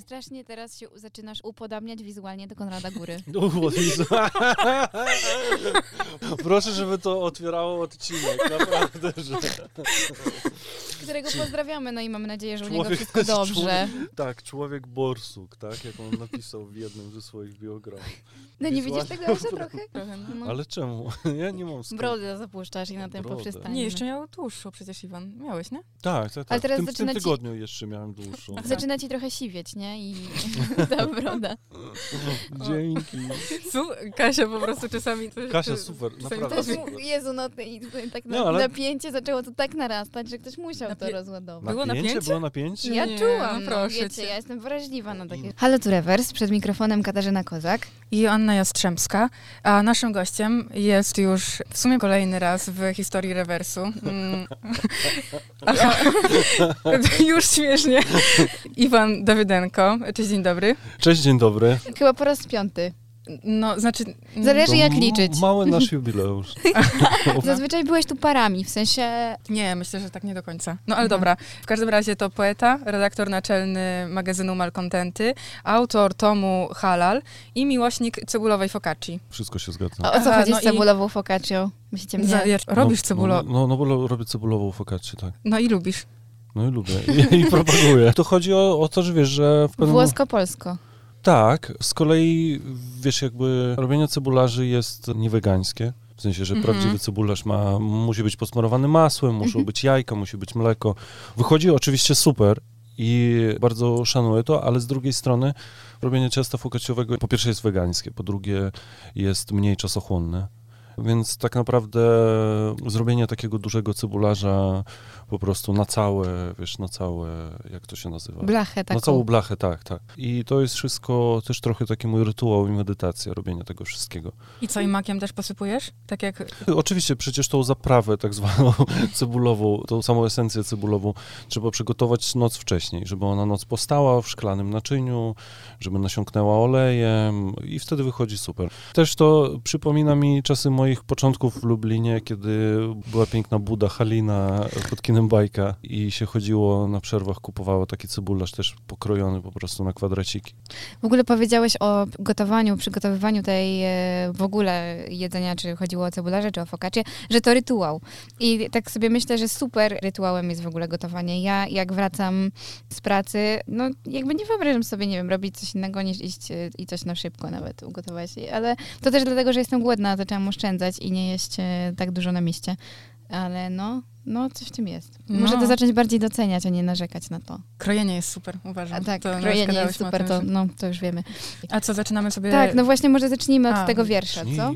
strasznie teraz się zaczynasz upodabniać wizualnie do Konrada Góry. Proszę, żeby to otwierało odcinek, naprawdę, że... Którego pozdrawiamy, no i mamy nadzieję, że u niego wszystko dobrze. Człowiek borsuk, tak? Jak on napisał w jednym ze swoich biografii. No nie widzisz tego jeszcze trochę? No. Ale czemu? Ja nie mam skąd. Brodę zapuszczasz i na tym poprzestanie. Nie, jeszcze miał dłuższą przecież, Iwan. Miałeś, nie? Tak. Ale teraz w tym tygodniu jeszcze miałem dłuższą. Zaczyna ci trochę siwieć, nie? I ta broda. Dzięki. Kasia po prostu czasami... Kasia, super, naprawdę super. Jezu, no i tak ale... napięcie zaczęło to tak narastać, że ktoś musiał to rozładować. Było napięcie? Było napięcie? Ja czułam, no, proszę wiecie, cię. ja jestem wrażliwa na takie... Halo tu Rewers, przed mikrofonem Katarzyna Kozak. I Joanna Jastrzębska, a naszym gościem jest już w sumie kolejny raz w historii rewersu. Już śmiesznie. Iwan Dawydenko. Cześć, dzień dobry. Cześć, dzień dobry. Chyba po raz 5. No, znaczy... Zależy jak liczyć. Mały nasz jubileusz. Zazwyczaj byłeś tu parami, w sensie... Nie, myślę, że tak nie do końca. No ale dobra, w każdym razie to poeta, redaktor naczelny magazynu Malkontenty, autor tomu Halal i miłośnik cebulowej focacci. Wszystko się zgadza. A o co chodzi z cebulową focaccią? Myślicie mnie? Robisz cebulową. No bo robię cebulową focaccię, tak. No i lubisz. No i lubię. I propaguję. To chodzi o to, że wiesz, że... Włosko-polsko. Tak, z kolei, wiesz, jakby robienie cebularzy jest niewegańskie. W sensie, że prawdziwy cebularz musi być posmarowany masłem, muszą być jajka, musi być mleko. Wychodzi oczywiście super i bardzo szanuję to, ale z drugiej strony robienie ciasta focacciowego po pierwsze jest wegańskie, po drugie jest mniej czasochłonne. Więc tak naprawdę zrobienie takiego dużego cebularza po prostu na całe, jak to się nazywa? Blachę taką. Na całą blachę, tak. I to jest wszystko też trochę taki mój rytuał i medytacja, robienie tego wszystkiego. I co, i makiem też posypujesz? Tak jak... Oczywiście, przecież tą zaprawę tak zwaną cebulową, tą samą esencję cebulową trzeba przygotować noc wcześniej, żeby ona noc postała w szklanym naczyniu, żeby nasiąknęła olejem i wtedy wychodzi super. Też to przypomina mi czasy moich początków w Lublinie, kiedy była piękna buda Halina pod kinem Bajka i się chodziło na przerwach, kupowało taki cebularz też pokrojony po prostu na kwadraciki. W ogóle powiedziałeś o gotowaniu, przygotowywaniu tej w ogóle jedzenia, czy chodziło o cebularze, czy o focaccię, że to rytuał. I tak sobie myślę, że super rytuałem jest w ogóle gotowanie. Ja jak wracam z pracy, no jakby nie wyobrażam sobie, nie wiem, robić coś innego niż iść i coś na szybko nawet ugotować. Ale to też dlatego, że jestem głodna, zaczęłam oszczędzać i nie jeść tak dużo na mieście. Ale no coś w tym jest. Muszę to zacząć bardziej doceniać, a nie narzekać na to. Krojenie jest super, uważam. A tak, to krojenie jest super, to już wiemy. A co, zaczynamy sobie... Tak, no właśnie może zacznijmy od tego wiersza, co?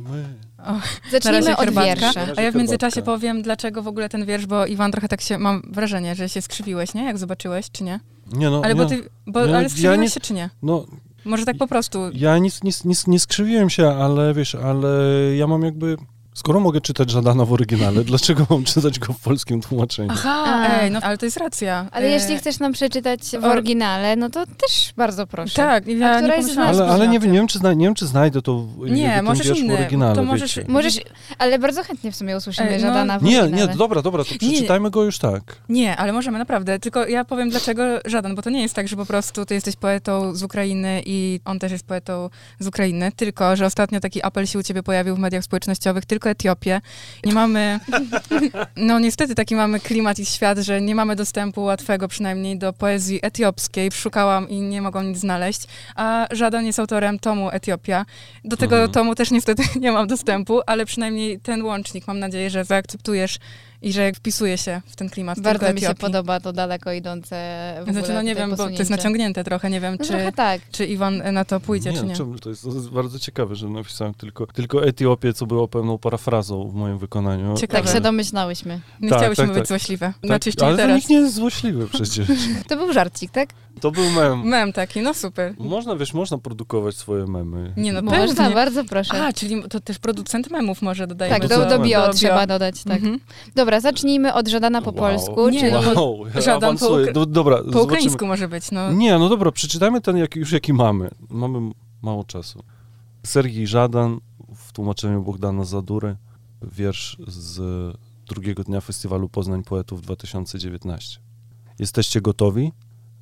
Zacznijmy od wiersza. A ja w międzyczasie powiem, dlaczego w ogóle ten wiersz, bo Iwan trochę tak się, mam wrażenie, że się skrzywiłeś, nie? Jak zobaczyłeś, czy nie? Nie, no. Ale ale skrzywiłeś się, czy nie? No... Może tak po prostu... Ja nie skrzywiłem się, ale wiesz, ja mam jakby... Skoro mogę czytać Żadana w oryginale, dlaczego mam czytać go w polskim tłumaczeniu? Aha, no ale to jest racja. Ale jeśli chcesz nam przeczytać w oryginale, no to też bardzo proszę. Tak, ja nie pomyślałam. Ale nie wiem, czy znajdę to nie, możesz ten wiersz w oryginale. To możesz, ale bardzo chętnie w sumie usłyszymy Żadana w oryginale. Nie, dobra, to przeczytajmy go już tak. Nie, ale możemy naprawdę, tylko ja powiem dlaczego Żadan, bo to nie jest tak, że po prostu ty jesteś poetą z Ukrainy i on też jest poetą z Ukrainy, tylko, że ostatnio taki apel się u ciebie pojawił w mediach społecznościowych, tylko Etiopię. Nie mamy, no niestety taki mamy klimat i świat, że nie mamy dostępu łatwego przynajmniej do poezji etiopskiej. Szukałam i nie mogłam nic znaleźć, a Żadan jest autorem tomu Etiopia. Do tego tomu też niestety nie mam dostępu, ale przynajmniej ten łącznik mam nadzieję, że zaakceptujesz i że wpisuje się w ten klimat. Bardzo mi się podoba to daleko idące w ogóle. Znaczy, no nie wiem, bo to jest naciągnięte trochę, nie wiem, czy Iwan na to pójdzie, czy nie. To jest bardzo ciekawe, że napisałem tylko Etiopię, co było pełną parafrazą w moim wykonaniu. Ciekawe. Tak się domyślałyśmy. Nie chciałyśmy być złośliwe. Znaczy, ale teraz. nikt nie jest złośliwy przecież. To był żarcik, tak? To był mem. Mem taki, no super. Można produkować swoje memy. Nie, no można, pewnie. Bardzo proszę. A, czyli to też producent memów może dodajemy. Tak, do bio trzeba dodać, tak. Dobra, zacznijmy od Żadana po polsku. Nie, Żadan po ukraińsku może być, no. Nie, no dobra, przeczytajmy ten jaki mamy. Mamy mało czasu. Sergiej Żadan w tłumaczeniu Bogdana Zadury. Wiersz z drugiego dnia Festiwalu Poznań Poetów 2019. Jesteście gotowi?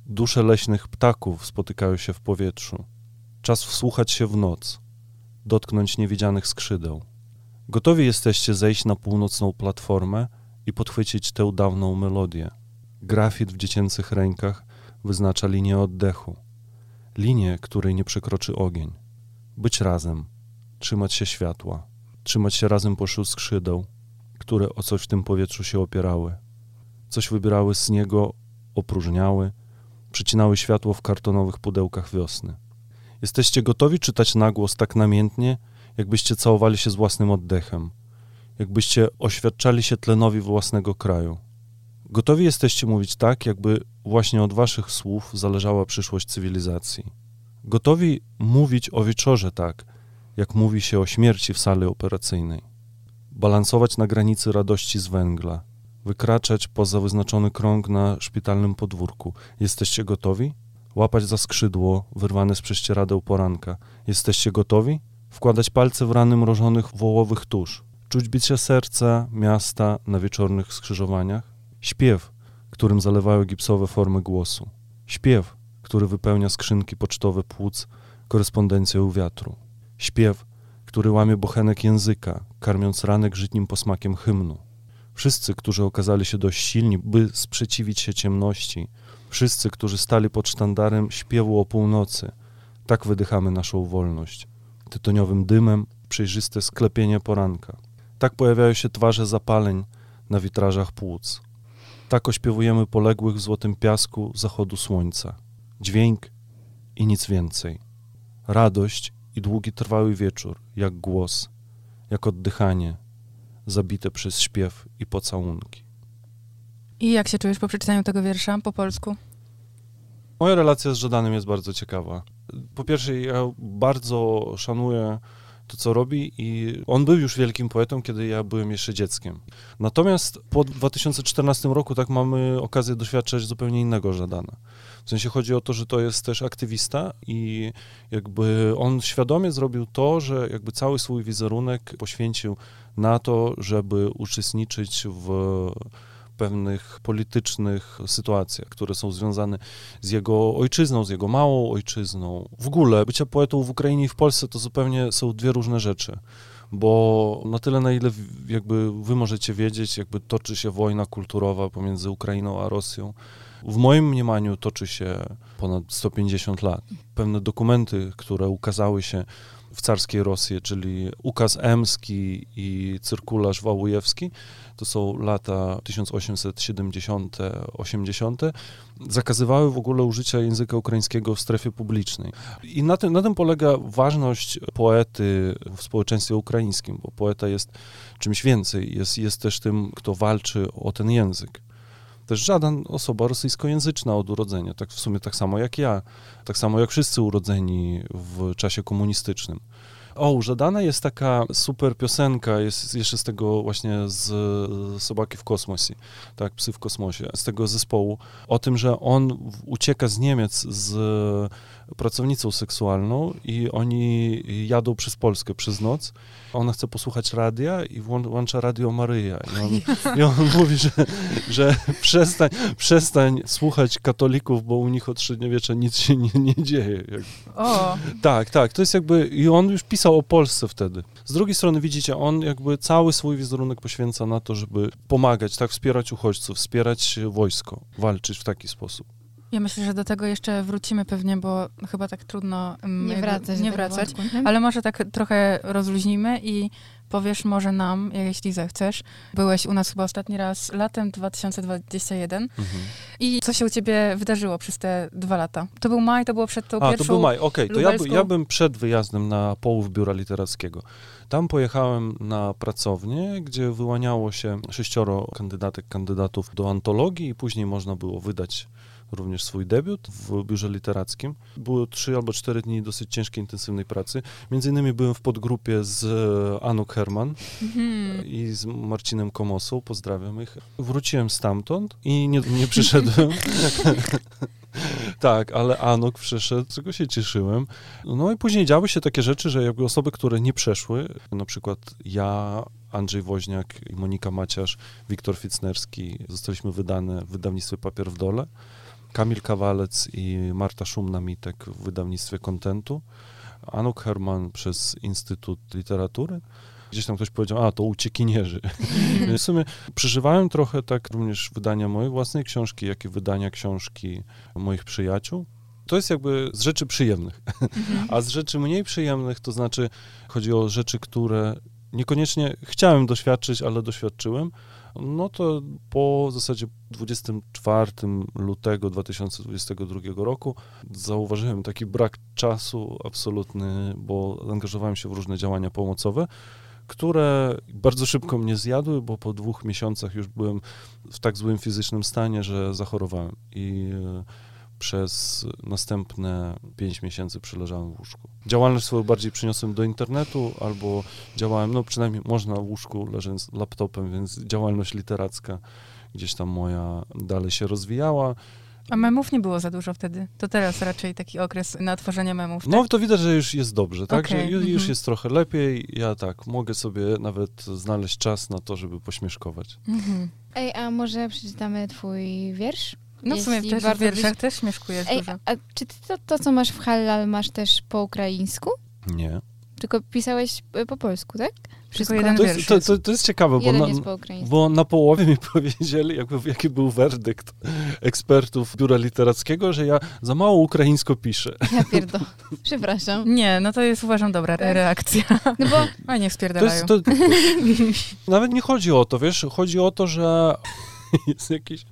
Dusze leśnych ptaków spotykają się w powietrzu. Czas wsłuchać się w noc, dotknąć niewidzianych skrzydeł. Gotowi jesteście zejść na północną platformę i podchwycić tę dawną melodię. Grafit w dziecięcych rękach wyznacza linię oddechu. Linię, której nie przekroczy ogień. Być razem, trzymać się światła, trzymać się razem pośród skrzydeł, które o coś w tym powietrzu się opierały. Coś wybierały z niego, opróżniały, przycinały światło w kartonowych pudełkach wiosny. Jesteście gotowi czytać na głos tak namiętnie, jakbyście całowali się z własnym oddechem, jakbyście oświadczali się tlenowi własnego kraju. Gotowi jesteście mówić tak, jakby właśnie od waszych słów zależała przyszłość cywilizacji. Gotowi mówić o wieczorze tak, jak mówi się o śmierci w sali operacyjnej. Balansować na granicy radości z węgla, wykraczać poza wyznaczony krąg na szpitalnym podwórku. Jesteście gotowi? Łapać za skrzydło wyrwane z prześcieradeł poranka. Jesteście gotowi? Wkładać palce w rany mrożonych wołowych tusz. Czuć bicie serca miasta na wieczornych skrzyżowaniach. Śpiew, którym zalewają gipsowe formy głosu. Śpiew, który wypełnia skrzynki pocztowe płuc korespondencją wiatru. Śpiew, który łamie bochenek języka, karmiąc ranek żytnim posmakiem hymnu. Wszyscy, którzy okazali się dość silni, by sprzeciwić się ciemności, wszyscy, którzy stali pod sztandarem śpiewu o północy, tak wydychamy naszą wolność. Tytoniowym dymem przejrzyste sklepienie poranka. Tak pojawiają się twarze zapaleń na witrażach płuc. Tak ośpiewujemy poległych w złotym piasku zachodu słońca. Dźwięk i nic więcej. Radość i długi trwały wieczór, jak głos, jak oddychanie, zabite przez śpiew i pocałunki. I jak się czujesz po przeczytaniu tego wiersza po polsku? Moja relacja z Żadanem jest bardzo ciekawa. Po pierwsze, ja bardzo szanuję to, co robi i on był już wielkim poetą, kiedy ja byłem jeszcze dzieckiem. Natomiast po 2014 roku tak mamy okazję doświadczać zupełnie innego Żadana. W sensie chodzi o to, że to jest też aktywista i jakby on świadomie zrobił to, że jakby cały swój wizerunek poświęcił na to, żeby uczestniczyć w pewnych politycznych sytuacjach, które są związane z jego ojczyzną, z jego małą ojczyzną. W ogóle bycie poetą w Ukrainie i w Polsce to zupełnie są dwie różne rzeczy, bo na tyle, na ile jakby wy możecie wiedzieć, jakby toczy się wojna kulturowa pomiędzy Ukrainą a Rosją. W moim mniemaniu toczy się ponad 150 lat. Pewne dokumenty, które ukazały się w carskiej Rosji, czyli ukaz emski i cyrkularz wałujewski, to są lata 1870-80, zakazywały w ogóle użycia języka ukraińskiego w strefie publicznej. I na tym polega ważność poety w społeczeństwie ukraińskim, bo poeta jest czymś więcej, jest też tym, kto walczy o ten język. Też Żadan osoba rosyjskojęzyczna od urodzenia, tak w sumie tak samo jak ja, tak samo jak wszyscy urodzeni w czasie komunistycznym. U Żadana jest taka super piosenka, jest jeszcze z tego właśnie z Sobaki w kosmosie, tak, Psy w kosmosie, z tego zespołu, o tym, że on ucieka z Niemiec z pracownicą seksualną i oni jadą przez Polskę przez noc. Ona chce posłuchać radia i włącza Radio Maryja. I on mówi, że przestań słuchać katolików, bo u nich od średniowiecza nic się nie dzieje. O. Tak, to jest jakby, i on już pisał o Polsce wtedy. Z drugiej strony widzicie, on jakby cały swój wizerunek poświęca na to, żeby pomagać, tak, wspierać uchodźców, wspierać wojsko, walczyć w taki sposób. Ja myślę, że do tego jeszcze wrócimy pewnie, bo chyba tak trudno nie wracać. Wątku, ale może tak trochę rozluźnimy i powiesz może nam, jeśli zechcesz. Byłeś u nas chyba ostatni raz latem 2021 i co się u ciebie wydarzyło przez te 2 lata? To był maj, to było przed tą pierwszą to był maj, okej. To lubelską... ja bym przed wyjazdem na połów biura literackiego. Tam pojechałem na pracownię, gdzie wyłaniało się 6 kandydatów do antologii i później można było wydać również swój debiut w biurze literackim. Były 3 albo 4 dni dosyć ciężkiej, intensywnej pracy. Między innymi byłem w podgrupie z Anuk Herman i z Marcinem Komosą, pozdrawiam ich. Wróciłem stamtąd i nie przyszedłem. Tak, ale Anuk przyszedł, z czego się cieszyłem. No i później działy się takie rzeczy, że jakby osoby, które nie przeszły, na przykład ja, Andrzej Woźniak i Monika Maciarz, Wiktor Ficnerski, zostaliśmy wydane w wydawnictwie Papier w Dole. Kamil Kawalec i Marta Szumna-Mitek w wydawnictwie Kontentu, Anuk Herman przez Instytut Literatury. Gdzieś tam ktoś powiedział, to uciekinierzy. W sumie przeżywałem trochę tak również wydania mojej własnej książki, jak i wydania książki moich przyjaciół. To jest jakby z rzeczy przyjemnych. A z rzeczy mniej przyjemnych, to znaczy chodzi o rzeczy, które niekoniecznie chciałem doświadczyć, ale doświadczyłem. No to po w zasadzie 24 lutego 2022 roku zauważyłem taki brak czasu absolutny, bo zaangażowałem się w różne działania pomocowe, które bardzo szybko mnie zjadły, bo po 2 miesiącach już byłem w tak złym fizycznym stanie, że zachorowałem i przez następne 5 miesięcy przeleżałem w łóżku. Działalność swoją bardziej przyniosłem do internetu, albo działałem, przynajmniej można w łóżku leżąc z laptopem, więc działalność literacka gdzieś tam moja dalej się rozwijała. A memów nie było za dużo wtedy. To teraz raczej taki okres na tworzenie memów. Tak? No to widać, że już jest dobrze, tak? Okay. Że już jest trochę lepiej. Ja mogę sobie nawet znaleźć czas na to, żeby pośmieszkować. Ej, a może przeczytamy twój wiersz? No w sumie też w wierszach też śmieszkujesz dużo. A czy ty to, co masz w Hallal, masz też po ukraińsku? Nie. Tylko pisałeś po polsku, tak? Wszystko jeden wiersz. To jest ciekawe, bo na połowie mi powiedzieli, jaki był werdykt ekspertów Biura Literackiego, że ja za mało ukraińsko piszę. Ja pierdolę. Przepraszam. Nie, no to jest, uważam, dobra reakcja. No bo... A nie wspierdalają. Nawet nie chodzi o to, wiesz, chodzi o to, że jest jakiś...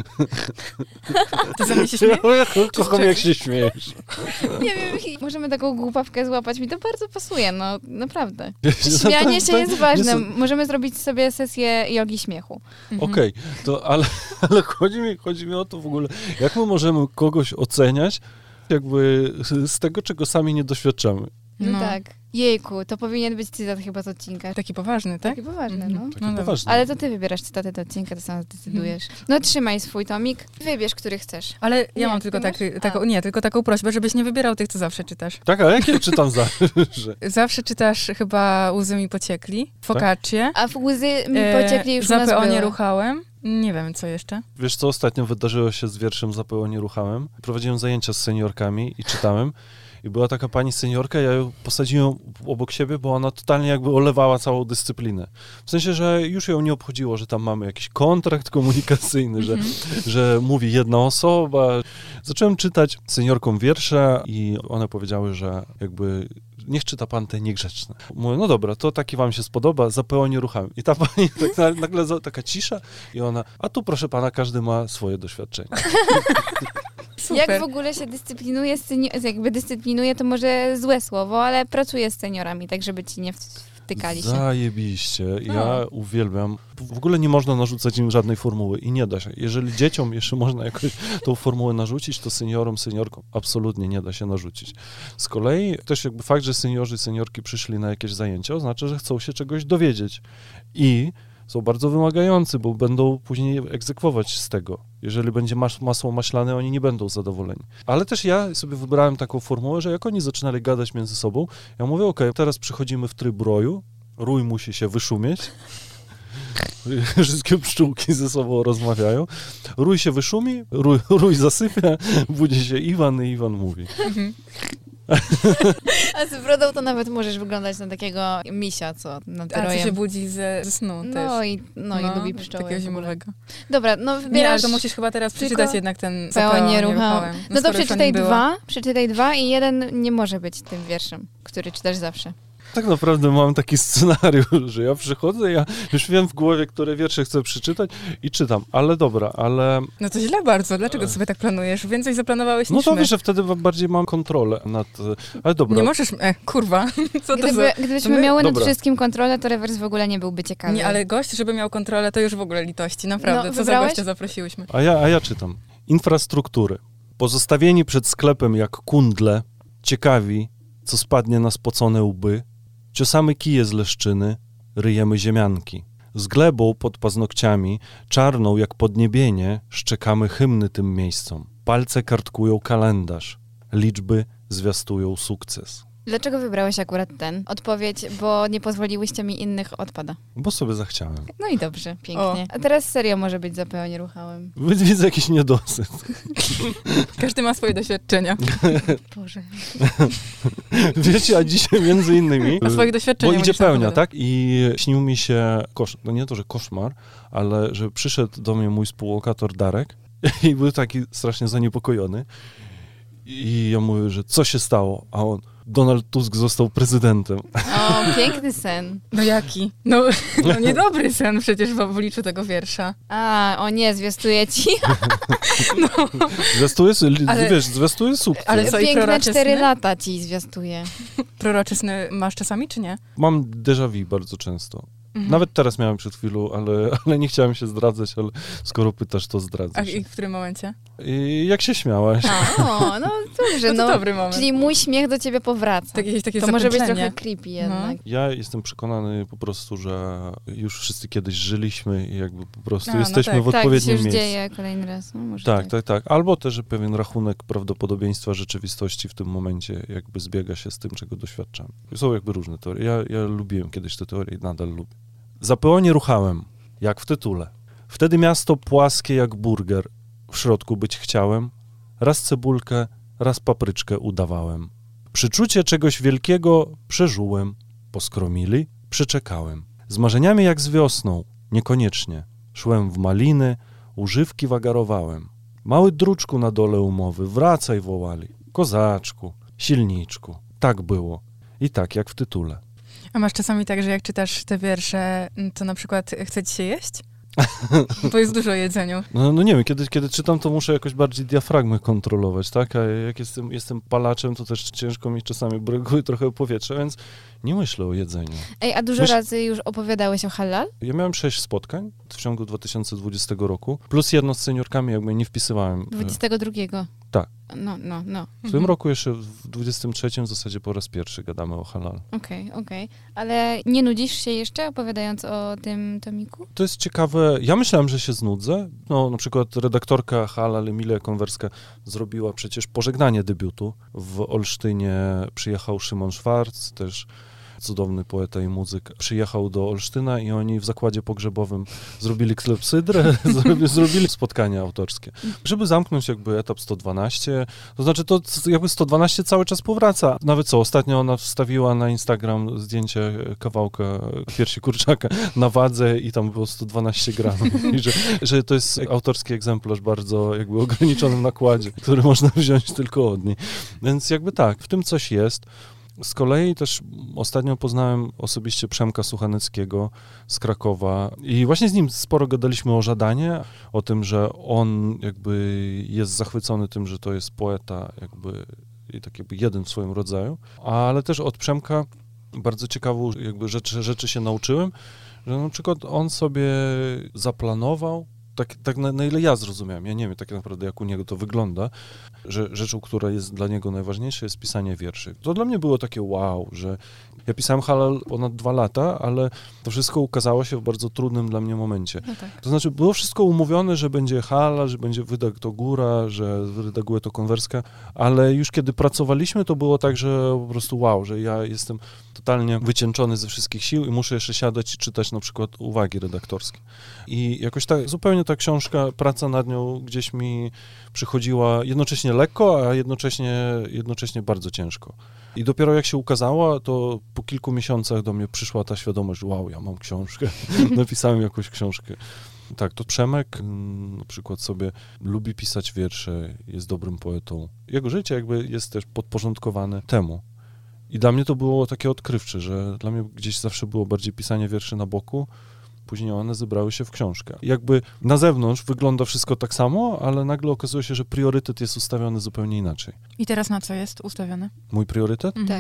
Ty ze mnie się śmiejesz? Kocham, jak się śmiejesz. Nie wiem, możemy taką głupawkę złapać. Mi to bardzo pasuje, no naprawdę. Śmianie się jest ważne. Możemy zrobić sobie sesję jogi śmiechu. Okej, ale chodzi mi o to w ogóle, jak my możemy kogoś oceniać jakby z tego, czego sami nie doświadczamy. No tak. Jejku, to powinien być cytat chyba z odcinka. Taki poważny, tak? Taki poważny, no. Taki poważny. Ale to ty wybierasz cytaty do odcinka, to sam zdecydujesz. No trzymaj swój tomik, wybierz, który chcesz. Ale ja mam tylko tylko taką prośbę, żebyś nie wybierał tych, co zawsze czytasz. Tak, a jakie czytam zawsze? Zawsze czytasz chyba Łzy mi pociekli, Focaccie. A w Łzy mi pociekli już u nas Zapy o były. Nieruchałem. Nie wiem, co jeszcze. Wiesz, co ostatnio wydarzyło się z wierszem Zapy o Nieruchałem? Prowadziłem zajęcia z seniorkami i czytałem. I była taka pani seniorka, ja ją posadziłem obok siebie, bo ona totalnie jakby olewała całą dyscyplinę. W sensie, że już ją nie obchodziło, że tam mamy jakiś kontrakt komunikacyjny, że mówi jedna osoba. Zacząłem czytać seniorkom wiersze i one powiedziały, że jakby niech czyta pan te niegrzeczne. Mówię, no dobra, to taki wam się spodoba, Zapy o Nieruchałem. I ta pani tak nagle taka cisza i ona, a tu proszę pana, każdy ma swoje doświadczenie. Super. Jak w ogóle się dyscyplinuje, to może złe słowo, ale pracuje z seniorami, tak żeby ci nie wtykali się. Zajebiście. Ja uwielbiam. W ogóle nie można narzucać im żadnej formuły i nie da się. Jeżeli dzieciom jeszcze można jakoś tą formułę narzucić, to seniorkom absolutnie nie da się narzucić. Z kolei też jakby fakt, że seniorzy, seniorki przyszli na jakieś zajęcia, oznacza, że chcą się czegoś dowiedzieć. I są bardzo wymagający, bo będą później egzekwować z tego. Jeżeli będzie masło maślane, oni nie będą zadowoleni. Ale też ja sobie wybrałem taką formułę, że jak oni zaczynali gadać między sobą, ja mówię, okej, teraz przechodzimy w tryb roju, rój musi się wyszumieć, wszystkie pszczółki ze sobą rozmawiają, rój się wyszumi, rój zasypia, budzi się Iwan i Iwan mówi. A z brodą to nawet możesz wyglądać na takiego misia, co nad rojem. Co się budzi ze snu też. I lubi pszczoły. Takiego zimowego. Dobra, no wybierasz... Nie, ale to musisz chyba teraz przeczytać jednak ten Zapy o Nieruchałem. No to przeczytaj 2 i jeden nie może być tym wierszem, który czytasz zawsze. Tak naprawdę mam taki scenariusz, że ja przychodzę, ja już wiem w głowie, które wiersze chcę przeczytać i czytam, ale dobra, ale... No to źle bardzo, dlaczego sobie tak planujesz? Więcej zaplanowałeś niż No to wiesz, że wtedy bardziej mam kontrolę nad... Ale dobra. Nie możesz... kurwa, co to za... Gdybyśmy miały nad wszystkim kontrolę, to rewers w ogóle nie byłby ciekawy. Nie, ale gość, żeby miał kontrolę, to już w ogóle litości, naprawdę. Co za gościa zaprosiłyśmy? A ja czytam. Infrastruktury. Pozostawieni przed sklepem jak kundle, ciekawi, co spadnie na spocone łby, ciosamy kije z leszczyny, ryjemy ziemianki. Z glebą pod paznokciami, czarną jak podniebienie, szczekamy hymny tym miejscom. Palce kartkują kalendarz, liczby zwiastują sukces. Dlaczego wybrałeś akurat ten? Odpowiedź, bo nie pozwoliłyście mi innych odpada. Bo sobie zachciałem. No i dobrze, pięknie. A teraz serio może być zapełnie ruchałem. Widzę jakiś niedosyt. Każdy ma swoje doświadczenia. Boże. Wiecie, a dzisiaj między innymi... O swoich doświadczeniach. Bo idzie pełnia, tak? I śnił mi się, no nie to, że koszmar, ale że przyszedł do mnie mój współlokator Darek i był taki strasznie zaniepokojony. I ja mówię, że co się stało? A on, Donald Tusk został prezydentem. O, piękny sen. No jaki? No niedobry sen przecież w obliczu tego wiersza. O nie, zwiastuję ci. Zwiastuje sukces. Ale co, i Piękne prorocze 4 sny? lata ci zwiastuje. Prorocze sny masz czasami, czy nie? Mam déjà vu bardzo często. Nawet teraz miałem przed chwilą, ale nie chciałem się zdradzać, ale skoro pytasz, to zdradzę się. I w którym momencie? I jak się śmiałaś? No dobrze, No to dobry moment. Czyli mój śmiech do ciebie powraca. Takie to może być zapętlenie. trochę creepy jednak. Ja jestem przekonany po prostu, że już wszyscy kiedyś żyliśmy i jakby po prostu no jesteśmy tak. w odpowiednim się już miejscu. dzieje kolejny raz. No, może Tak. Albo też, że pewien rachunek prawdopodobieństwa rzeczywistości w tym momencie jakby zbiega się z tym, czego doświadczam. Są jakby różne teorie. Ja lubiłem kiedyś te teorie i nadal lubię. Zapełnie ruchałem, jak w tytule. Wtedy miasto płaskie jak burger. W środku być chciałem. Raz cebulkę, raz papryczkę udawałem. Przyczucie czegoś wielkiego przeżułem. Poskromili, przyczekałem. Z marzeniami jak z wiosną, niekoniecznie. Szłem w maliny, używki wagarowałem. Mały druczku na dole umowy, wracaj wołali. Kozaczku, silniczku. Tak było. I tak jak w tytule. A masz czasami tak, że jak czytasz te wiersze, to na przykład chce ci się jeść? Bo jest dużo o jedzeniu. No nie wiem, kiedy czytam, to muszę jakoś bardziej diafragmę kontrolować, tak? A jak jestem palaczem, to też ciężko mi czasami brakuje trochę powietrza, więc nie myślę o jedzeniu. Ej, a dużo razy już opowiadałeś o halal? Ja miałem 6 spotkań w ciągu 2020 roku, plus jedno z seniorkami, jakby nie wpisywałem. 22. Tak. No. W tym roku jeszcze w 23 w zasadzie po raz pierwszy gadamy o halal. Okej. Ale nie nudzisz się jeszcze opowiadając o tym tomiku? To jest ciekawe. Ja myślałem, że się znudzę. No, na przykład redaktorka Halal Emilia Konwerska zrobiła przecież pożegnanie debiutu. W Olsztynie przyjechał Szymon Szwarc, też cudowny poeta i muzyk, przyjechał do Olsztyna i oni w zakładzie pogrzebowym zrobili klepsydrę, zrobili spotkanie autorskie. Żeby zamknąć jakby etap 112, to znaczy to jakby 112 cały czas powraca. Nawet ostatnio ona wstawiła na Instagram zdjęcie kawałka piersi kurczaka na wadze i tam było 112 gramów. I że to jest autorski egzemplarz bardzo jakby ograniczonym nakładzie, który można wziąć tylko od niej. Więc jakby tak, w tym coś jest. Z kolei też ostatnio poznałem osobiście Przemka Suchaneckiego z Krakowa i właśnie z nim sporo gadaliśmy o Żadanie, o tym, że on jakby jest zachwycony tym, że to jest poeta jakby i tak jakby jeden w swoim rodzaju, ale też od Przemka bardzo ciekawą jakby rzeczy się nauczyłem, że na przykład on sobie zaplanował, tak na ile ja zrozumiałem, ja nie wiem tak naprawdę jak u niego to wygląda, że rzeczą, która jest dla niego najważniejsza, jest pisanie wierszy. To dla mnie było takie wow, że ja pisałem halal ponad 2 lata, ale to wszystko ukazało się w bardzo trudnym dla mnie momencie. No tak. To znaczy było wszystko umówione, że będzie halal, że będzie wyda to Góra, że redaguje to Konwerska, ale już kiedy pracowaliśmy, to było tak, że po prostu wow, że ja jestem totalnie wycieńczony ze wszystkich sił i muszę jeszcze siadać i czytać na przykład uwagi redaktorskie. I jakoś tak, zupełnie ta książka, praca nad nią gdzieś mi przychodziła jednocześnie lekko, a jednocześnie bardzo ciężko. I dopiero jak się ukazała, to po kilku miesiącach do mnie przyszła ta świadomość, że wow, ja mam książkę, napisałem jakąś książkę. Tak, to Przemek na przykład sobie lubi pisać wiersze, jest dobrym poetą. Jego życie jakby jest też podporządkowane temu. I dla mnie to było takie odkrywcze, że dla mnie gdzieś zawsze było bardziej pisanie wierszy na boku, później one zebrały się w książkę. Jakby na zewnątrz wygląda wszystko tak samo, ale nagle okazuje się, że priorytet jest ustawiony zupełnie inaczej. I teraz na co jest ustawiony? Mój priorytet? Tak.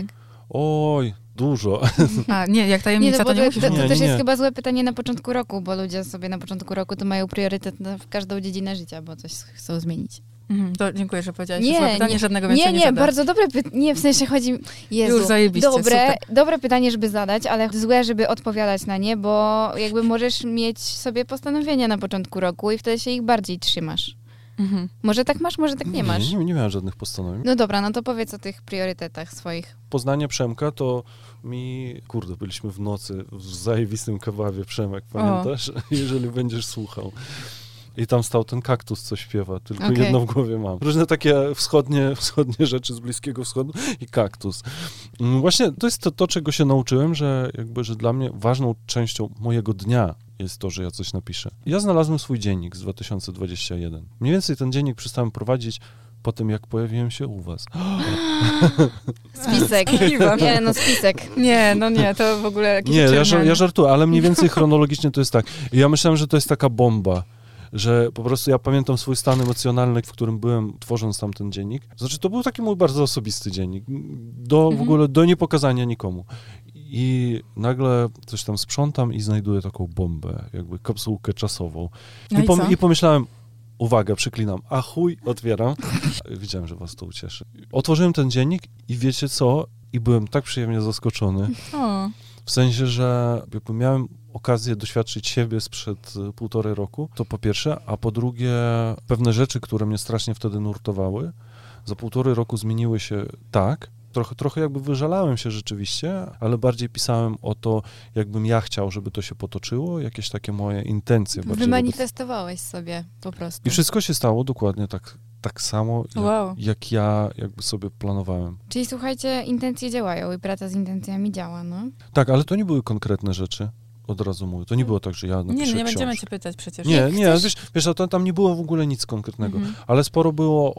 Oj, dużo. A, nie, jak tajemnica, to nie musisz to mówić. też Nie. jest chyba złe pytanie na początku roku, bo ludzie sobie na początku roku to mają priorytet w każdą dziedzinę życia, bo coś chcą zmienić. To dziękuję, że powiedziałaś. Złe pytanie, żadnego więcej nie Nie, zadać. bardzo dobre pytanie. Nie, w sensie chodzi... Jezu, Już zajebiście, dobre pytanie, żeby zadać, ale złe, żeby odpowiadać na nie, bo jakby możesz mieć sobie postanowienia na początku roku i wtedy się ich bardziej trzymasz. Może tak masz, może tak nie masz. Nie miałem żadnych postanowień. No dobra, no to powiedz o tych priorytetach swoich. Poznanie Przemka to byliśmy w nocy w zajebistym kebabie, Przemek, pamiętasz? Jeżeli będziesz słuchał. I tam stał ten kaktus, co śpiewa, tylko jedno w głowie mam. Różne takie wschodnie rzeczy z Bliskiego Wschodu i kaktus. Właśnie to jest to, czego się nauczyłem, że dla mnie ważną częścią mojego dnia jest to, że ja coś napiszę. Ja znalazłem swój dziennik z 2021. Mniej więcej ten dziennik przestałem prowadzić po tym, jak pojawiłem się u was. Spisek. Nie, spisek. Nie, to w ogóle jakiś ja żartuję, ale mniej więcej chronologicznie to jest tak. I ja myślałem, że to jest taka bomba, że po prostu ja pamiętam swój stan emocjonalny, w którym byłem, tworząc tam ten dziennik. Znaczy, to był taki mój bardzo osobisty dziennik. W ogóle do niepokazania nikomu. I nagle coś tam sprzątam i znajduję taką bombę, jakby kapsułkę czasową. I pomyślałem, uwaga, przeklinam, a chuj, otwieram. Widziałem, że was to ucieszy. Otworzyłem ten dziennik i wiecie co? I byłem tak przyjemnie zaskoczony. W sensie, że jakby miałem okazję doświadczyć siebie sprzed 1,5 roku, to po pierwsze, a po drugie pewne rzeczy, które mnie strasznie wtedy nurtowały, za 1,5 roku zmieniły się tak, trochę jakby wyżalałem się rzeczywiście, ale bardziej pisałem o to, jakbym ja chciał, żeby to się potoczyło, jakieś takie moje intencje. Wymanifestowałeś sobie po prostu. I wszystko się stało dokładnie tak samo, jak ja jakby sobie planowałem. Czyli słuchajcie, intencje działają i praca z intencjami działa, no. Tak, ale to nie były konkretne rzeczy. Od razu mówię. To nie było tak, że ja napiszę Nie będziemy cię pytać przecież. Nie, wiesz, tam nie było w ogóle nic konkretnego, ale sporo było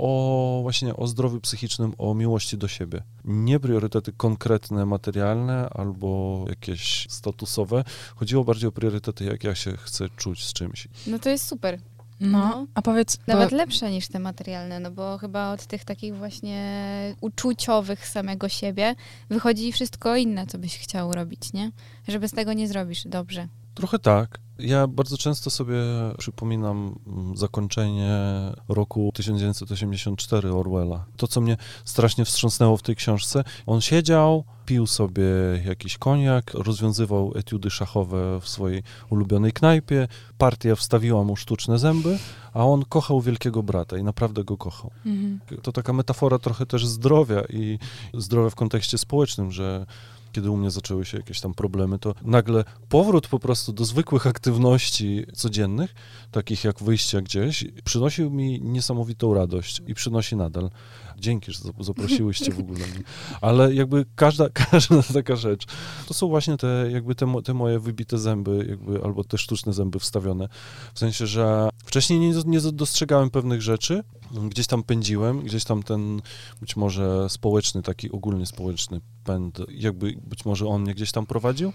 o zdrowiu psychicznym, o miłości do siebie. Nie priorytety konkretne, materialne albo jakieś statusowe. Chodziło bardziej o priorytety, jak ja się chcę czuć z czymś. No to jest super. No, a powiedz... Nawet lepsze niż te materialne, no bo chyba od tych takich właśnie uczuciowych samego siebie wychodzi wszystko inne, co byś chciał robić, nie? Że bez tego nie zrobisz dobrze. Trochę tak. Ja bardzo często sobie przypominam zakończenie roku 1984 Orwella. To, co mnie strasznie wstrząsnęło w tej książce, on siedział, pił sobie jakiś koniak, rozwiązywał etiudy szachowe w swojej ulubionej knajpie, partia wstawiła mu sztuczne zęby, a on kochał Wielkiego Brata i naprawdę go kochał. To taka metafora trochę też zdrowia i zdrowia w kontekście społecznym, że kiedy u mnie zaczęły się jakieś tam problemy, to nagle powrót po prostu do zwykłych aktywności codziennych, takich jak wyjście gdzieś, przynosił mi niesamowitą radość i przynosi nadal. Dzięki, że zaprosiłyście w ogóle. Ale jakby każda taka rzecz, to są właśnie te moje wybite zęby, albo te sztuczne zęby wstawione. W sensie, że wcześniej nie dostrzegałem pewnych rzeczy, gdzieś tam pędziłem, gdzieś tam ten być może społeczny, taki ogólnie społeczny pęd, jakby być może on mnie gdzieś tam prowadził,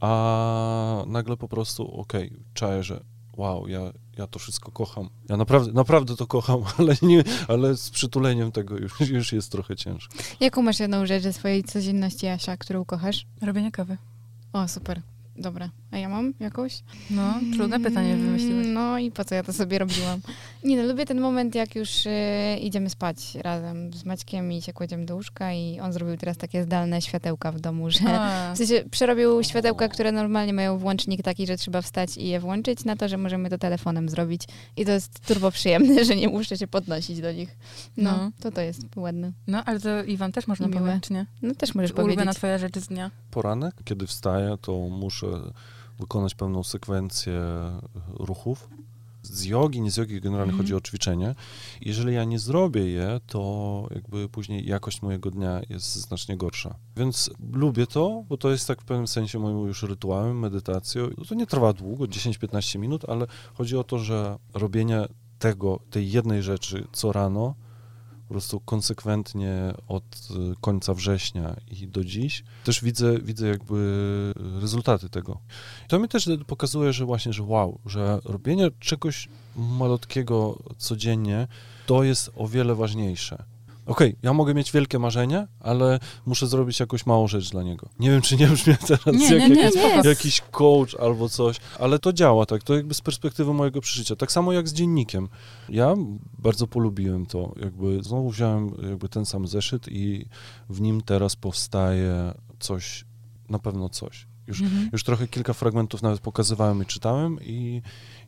a nagle po prostu czaję, że wow, ja to wszystko kocham. Ja naprawdę to kocham, ale z przytuleniem tego już jest trochę ciężko. Jaką masz jedną rzecz ze swojej codzienności, Asia, którą kochasz? Robienie kawy. O, super. Dobra. A ja mam jakąś? No, trudne pytanie wymyśliłeś. No i po co ja to sobie robiłam? Lubię ten moment, jak już idziemy spać razem z Maćkiem i się kładziemy do łóżka i on zrobił teraz takie zdalne światełka w domu, że w sensie przerobił światełka, które normalnie mają włącznik taki, że trzeba wstać i je włączyć, na to, że możemy to telefonem zrobić. I to jest turbo przyjemne, że nie muszę się podnosić do nich. To jest ładne. No, ale to Iwan też można powiedzieć, czy nie? No też możesz powiedzieć. Ulubiona twoja rzecz z dnia. Poranek, kiedy wstaję, to muszę wykonać pewną sekwencję ruchów. Z jogi, nie z jogi, generalnie chodzi o ćwiczenie. Jeżeli ja nie zrobię je, to jakby później jakość mojego dnia jest znacznie gorsza. Więc lubię to, bo to jest tak w pewnym sensie moim już rytuałem, medytacją. To nie trwa długo, 10-15 minut, ale chodzi o to, że robienie tej jednej rzeczy co rano, po prostu konsekwentnie od końca września i do dziś, też widzę jakby rezultaty tego. To mi też pokazuje, że właśnie, że robienie czegoś malutkiego codziennie, to jest o wiele ważniejsze. Ja mogę mieć wielkie marzenia, ale muszę zrobić jakąś małą rzecz dla niego. Nie wiem, czy nie brzmi teraz jakiś coach albo coś, ale to działa tak, to jakby z perspektywy mojego przeżycia. Tak samo jak z dziennikiem. Ja bardzo polubiłem to, znowu wziąłem ten sam zeszyt i w nim teraz powstaje coś, na pewno coś. Już trochę kilka fragmentów nawet pokazywałem i czytałem i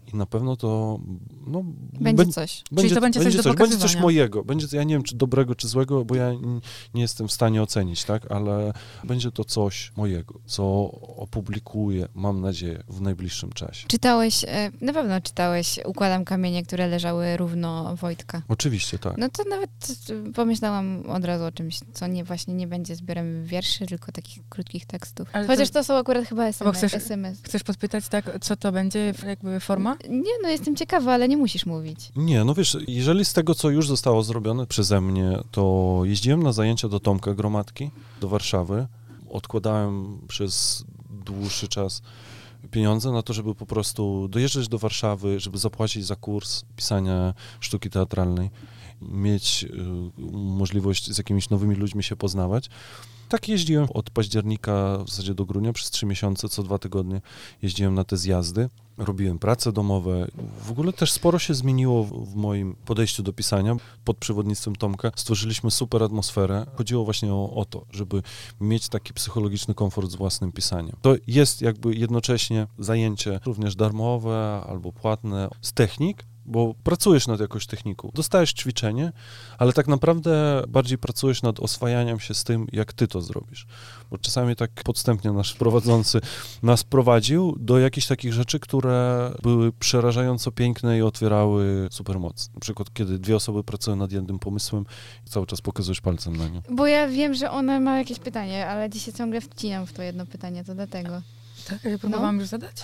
i na pewno to będzie coś. Czyli to będzie coś do pokazywania. Będzie coś mojego. Ja nie wiem, czy dobrego, czy złego, bo ja nie jestem w stanie ocenić, tak? Ale będzie to coś mojego, co opublikuję, mam nadzieję, w najbliższym czasie. Na pewno czytałeś Układam kamienie, które leżały równo Wojtka. Oczywiście, tak. No to nawet pomyślałam od razu o czymś, co właśnie nie będzie zbiorem wierszy, tylko takich krótkich tekstów. Ale chociaż to są akurat chyba SMS. Chcesz podpytać, tak, co to będzie, jakby forma? Nie, jestem ciekawa, ale nie musisz mówić. Nie, wiesz, jeżeli z tego, co już zostało zrobione przeze mnie, to jeździłem na zajęcia do Tomka Gromadki, do Warszawy. Odkładałem przez dłuższy czas pieniądze na to, żeby po prostu dojeżdżać do Warszawy, żeby zapłacić za kurs pisania sztuki teatralnej, mieć możliwość z jakimiś nowymi ludźmi się poznawać. Tak jeździłem od października w zasadzie do grudnia, przez 3 miesiące, co 2 tygodnie jeździłem na te zjazdy. Robiłem prace domowe. W ogóle też sporo się zmieniło w moim podejściu do pisania. Pod przewodnictwem Tomka stworzyliśmy super atmosferę. Chodziło właśnie o to, żeby mieć taki psychologiczny komfort z własnym pisaniem. To jest jakby jednocześnie zajęcie również darmowe albo płatne z technik, bo pracujesz nad jakąś techniką. Dostajesz ćwiczenie, ale tak naprawdę bardziej pracujesz nad oswajaniem się z tym, jak ty to zrobisz. Bo czasami tak podstępnie nasz prowadzący nas prowadził do jakichś takich rzeczy, które były przerażająco piękne i otwierały supermoc. Na przykład, kiedy 2 osoby pracują nad jednym pomysłem i cały czas pokazujesz palcem na nie. Bo ja wiem, że ona ma jakieś pytanie, ale dzisiaj ciągle wcinam w to jedno pytanie, to dlatego. Tak, ja próbowałam już zadać?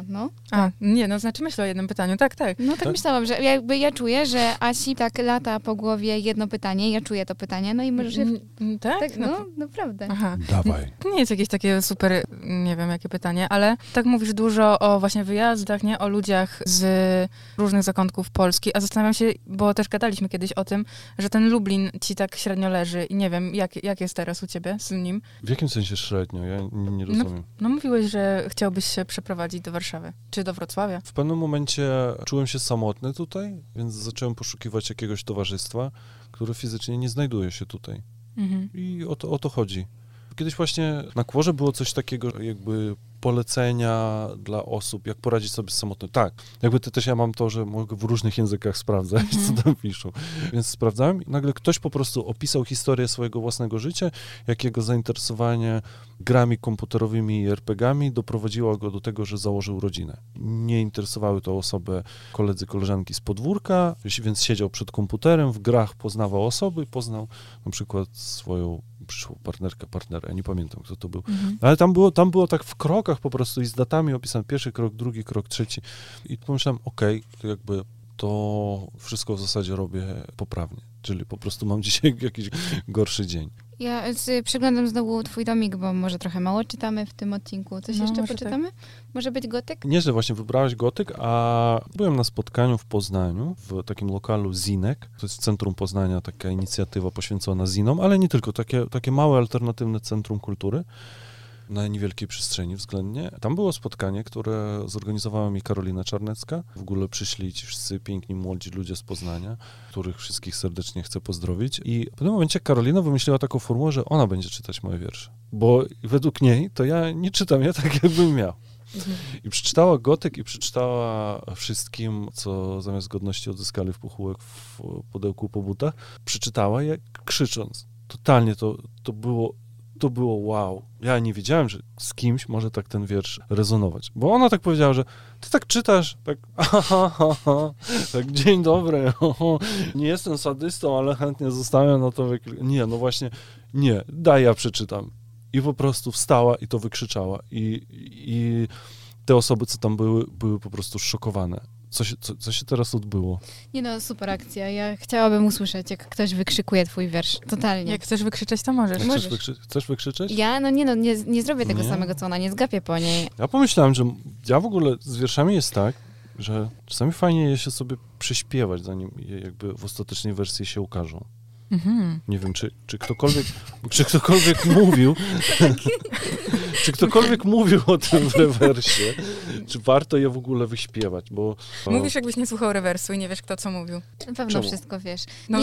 Myślę o jednym pytaniu, tak. No tak myślałam, że jakby ja czuję, że Asi tak lata po głowie jedno pytanie, ja czuję to pytanie, no i możesz je... Tak? Naprawdę. Aha. Dawaj. To nie jest jakieś takie super, nie wiem jakie pytanie, ale tak mówisz dużo o właśnie wyjazdach, nie? O ludziach z różnych zakątków Polski, a zastanawiam się, bo też gadaliśmy kiedyś o tym, że ten Lublin ci tak średnio leży i nie wiem, jak jest teraz u ciebie z nim? W jakim sensie średnio? Ja nie rozumiem. No mówiłeś, że chciałbyś się przeprowadzić do Warszawy, czy do Wrocławia? W pewnym momencie czułem się samotny tutaj, więc zacząłem poszukiwać jakiegoś towarzystwa, które fizycznie nie znajduje się tutaj. Mhm. I o to chodzi. Kiedyś właśnie na Kworze było coś takiego, jakby polecenia dla osób, jak poradzić sobie z samotnością. Tak, jakby też ja mam to, że mogę w różnych językach sprawdzać, co tam piszą. Więc sprawdzałem i nagle ktoś po prostu opisał historię swojego własnego życia, jak jego zainteresowanie grami komputerowymi i RPG-ami doprowadziło go do tego, że założył rodzinę. Nie interesowały to osobę koledzy, koleżanki z podwórka, więc siedział przed komputerem, w grach poznawał osoby, poznał na przykład swoją przyszłą partnera, ja nie pamiętam, kto to był. Ale tam było tak w krokach po prostu i z datami opisane 1. krok, 2. krok, 3. I pomyślałem, to jakby to wszystko w zasadzie robię poprawnie. Czyli po prostu mam dzisiaj jakiś gorszy dzień. Ja przeglądam znowu twój domik, bo może trochę mało czytamy w tym odcinku. Coś jeszcze poczytamy? Tak. Może być gotyk? Nie, że właśnie wybrałeś gotyk, a byłem na spotkaniu w Poznaniu, w takim lokalu Zinek. To jest centrum Poznania, taka inicjatywa poświęcona zinom, ale nie tylko, takie małe, alternatywne centrum kultury na niewielkiej przestrzeni względnie. Tam było spotkanie, które zorganizowała mi Karolina Czarnecka. W ogóle przyszli ci wszyscy piękni, młodzi ludzie z Poznania, których wszystkich serdecznie chcę pozdrowić. I w pewnym momencie Karolina wymyśliła taką formułę, że ona będzie czytać moje wiersze. Bo według niej to ja nie czytam, ja tak jakbym miał. I przeczytała gotyk i przeczytała wszystkim, co zamiast godności odzyskali w pochówek w pudełku po butach. Przeczytała je krzycząc. Totalnie to było wow. Ja nie wiedziałem, że z kimś może tak ten wiersz rezonować. Bo ona tak powiedziała, że ty tak czytasz, tak tak dzień dobry, nie jestem sadystą, ale chętnie zostawiam na to Nie, no właśnie, nie, daj ja przeczytam. I po prostu wstała i to wykrzyczała. I te osoby, co tam były po prostu szokowane. Co się teraz odbyło? Nie no, super akcja. Ja chciałabym usłyszeć, jak ktoś wykrzykuje twój wiersz. Totalnie. Jak chcesz wykrzyczeć, to możesz. Chcesz wykrzyczeć? Ja? Nie zrobię tego samego, co ona. Nie zgapię po niej. Ja pomyślałem, że ja w ogóle z wierszami jest tak, że czasami fajnie je się sobie prześpiewać, zanim je jakby w ostatecznej wersji się ukażą. Nie wiem, czy ktokolwiek mówił, czy ktokolwiek mówił o tym w rewersie, czy warto je w ogóle wyśpiewać, bo... Mówisz, jakbyś nie słuchał rewersu i nie wiesz, kto co mówił. Na pewno wszystko wiesz.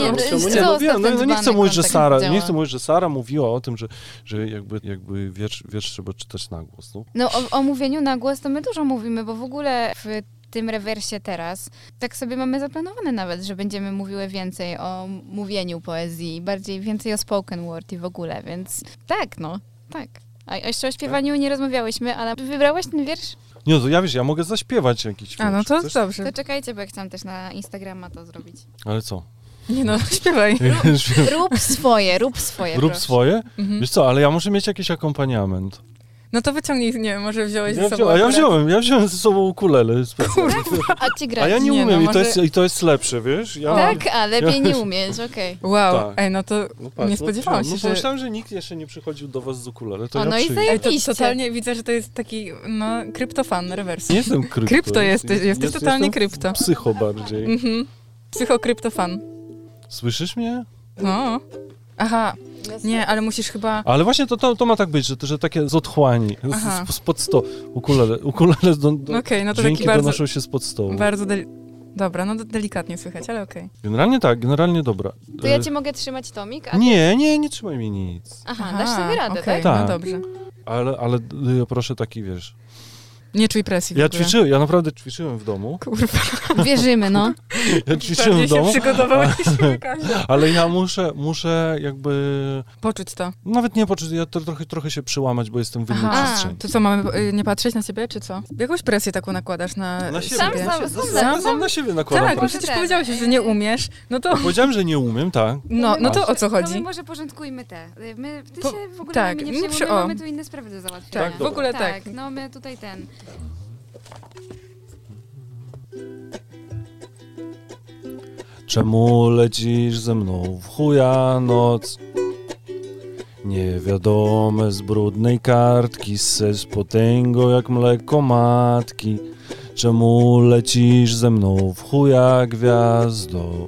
Nie chcę mówić, że Sara mówiła o tym, że wiersz trzeba czytać na głos. No o mówieniu na głos to my dużo mówimy, bo w ogóle w tym rewersie teraz, tak sobie mamy zaplanowane nawet, że będziemy mówiły więcej o mówieniu poezji, bardziej więcej o spoken word i w ogóle, więc tak. A jeszcze o śpiewaniu nie rozmawiałyśmy, ale wybrałaś ten wiersz? Nie, no to ja mogę zaśpiewać jakiś wiersz. A, no to Chcesz? dobrze. To czekajcie, bo ja chciałam też na Instagrama to zrobić. Ale co? Nie no, śpiewaj. Rób swoje. Rób proszę. swoje? Wiesz co, ale ja muszę mieć jakiś akompaniament. No to wyciągnij, nie wiem, może wziąłeś ze sobą Ja wziąłem ze sobą ukulele. A ci grać? A ja nie Nie, umiem no i to jest lepsze, wiesz? Tak, a lepiej nie umieć, okej. Wow, Tak. ej, no to nie spodziewałam się, że... Myślałem, że nikt jeszcze nie przychodził do was z ukulele, to O, ja no i przyjdę. Ej, to Zajebiście. totalnie widzę, że to jest taki, no, kryptofan, rewers. Nie jestem krypto. Krypto jesteś totalnie jestem krypto. Psycho bardziej. Psychokryptofan. Słyszysz mnie? No. Aha. Nie, ale musisz chyba... Ale właśnie to ma tak być, że takie z otchłani, Aha. spod stołu. Ukulele Okej, no to dźwięki taki bardzo... donoszą się spod stołu. Bardzo Dobra, no delikatnie słychać, ale okej. Generalnie tak, generalnie dobra. To ja ci mogę trzymać tomik? A ty... Nie trzymaj mi nic. Aha, dasz sobie radę, okej, tak? Tak. No dobrze. Ale ja proszę taki, wiesz... Nie czuj presji w ogóle. Ja naprawdę ćwiczyłem w domu. Kurwa. Wierzymy, no. Ja ćwiczyłem Pewnie w domu, się przygotowałeś. ale ja muszę jakby... Poczuć to. Nawet nie poczuć, ja trochę się przyłamać, bo jestem w innej Aha, przestrzeni. to co, mamy nie patrzeć na ciebie, czy co? Jakąś presję taką nakładasz na siebie. Sam Sam na siebie nakładam Tak, bo presję. przecież powiedziałeś, że nie umiesz. No to... Powiedziałem, że nie umiem, tak. No to o co To my chodzi? może porządkujmy te. Ty Po- się w ogóle tak, nami no nie przy- przejmujemy, o. mamy tu inne sprawy do załatwienia. Tak, w ogóle tak. No my tutaj ten... Czemu lecisz ze mną w chuja noc? Niewiadome z brudnej kartki, ssesz potęgą jak mleko matki. Czemu lecisz ze mną w chuja gwiazdo?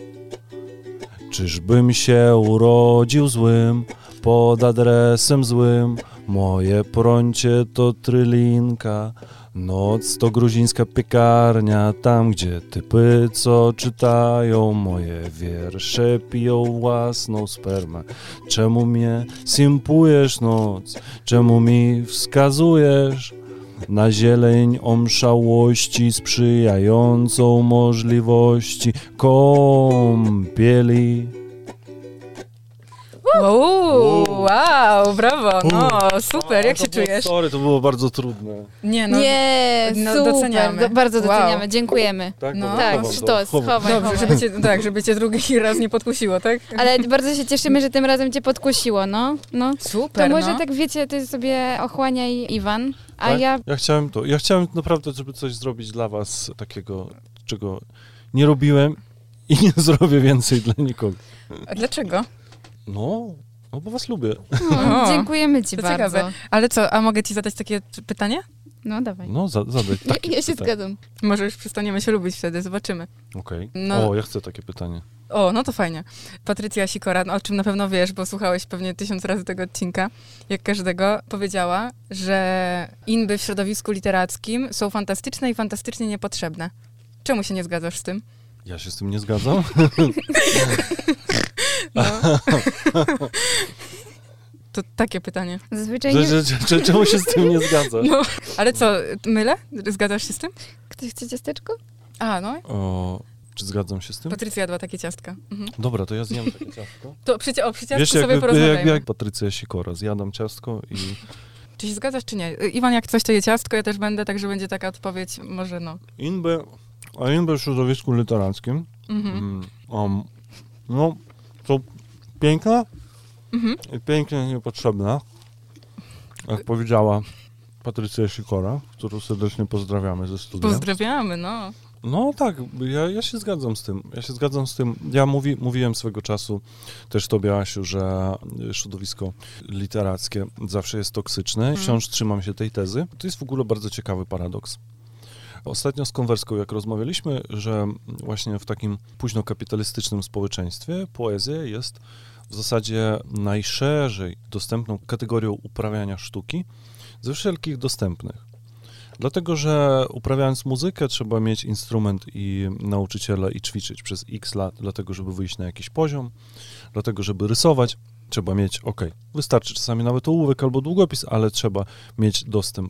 Czyżbym się urodził złym, pod adresem złym? Moje prącie to Trylinka, noc to gruzińska piekarnia, tam gdzie typy, co czytają moje wiersze, piją własną spermę. Czemu mnie simpujesz noc? Czemu mi wskazujesz na zieleń omszałości sprzyjającą możliwości kąpieli? Wow, brawo, no super, jak się czujesz? Sorry, to było bardzo trudne. Nie, no, Nie, no, super, doceniamy. bardzo Wow. doceniamy, dziękujemy. Tak, No. dobra, Tak, chowam to, sztos, chowam. chowaj. Dobrze, żeby cię drugi raz nie podkusiło, tak? Ale bardzo się cieszymy, że tym razem cię podkusiło, no. Super, To może no. tak wiecie, ty sobie ochłaniaj Iwan, a Tak? ja... Ja chciałem naprawdę, żeby coś zrobić dla was takiego, czego nie robiłem i nie zrobię więcej dla nikogo. A dlaczego? No bo was lubię. No, dziękujemy ci To bardzo. ciekawe. Ale co, a mogę ci zadać takie pytanie? No dawaj. No, zadaj takie Ja się pytanie. zgadzam. Może już przestaniemy się lubić wtedy, zobaczymy. Okej. No. O, ja chcę takie pytanie. O, no to fajnie. Patrycja Sikora, o czym na pewno wiesz, bo słuchałeś pewnie 1000 razy tego odcinka, jak każdego, powiedziała, że inby w środowisku literackim są fantastyczne i fantastycznie niepotrzebne. Czemu się nie zgadzasz z tym? Ja się z tym nie zgadzam. No. To takie pytanie. Zazwyczaj nie... Czemu się z tym nie zgadzasz? No, ale co, mylę? Zgadzasz się z tym? Ktoś chce ciasteczko? A, no. O, czy zgadzam się z tym? Patrycja jadła takie ciastka. Mhm. Dobra, to ja zjem takie ciastko. To przy ciastku Wiesz, sobie porozmawiajmy. jak Patrycja Sikora, zjadam ciastko i... Czy się zgadzasz, czy nie? Iwan, jak coś to je ciastko, ja też będę, także będzie taka odpowiedź, może no. Inby w środowisku literackim, no, to piękna i pięknie niepotrzebna, jak powiedziała Patrycja Sikora, którą serdecznie pozdrawiamy ze studia. Pozdrawiamy, no. No tak, ja się zgadzam z tym. Ja mówiłem swego czasu też tobie, Asiu, że środowisko literackie zawsze jest toksyczne. Wciąż trzymam się tej tezy. To jest w ogóle bardzo ciekawy paradoks. Ostatnio z Konwerską, jak rozmawialiśmy, że właśnie w takim późnokapitalistycznym społeczeństwie poezja jest w zasadzie najszerzej dostępną kategorią uprawiania sztuki ze wszelkich dostępnych. Dlatego, że uprawiając muzykę trzeba mieć instrument i nauczyciela i ćwiczyć przez x lat, dlatego, żeby wyjść na jakiś poziom, dlatego, żeby rysować, trzeba mieć, wystarczy czasami nawet ołówek albo długopis, ale trzeba mieć dostęp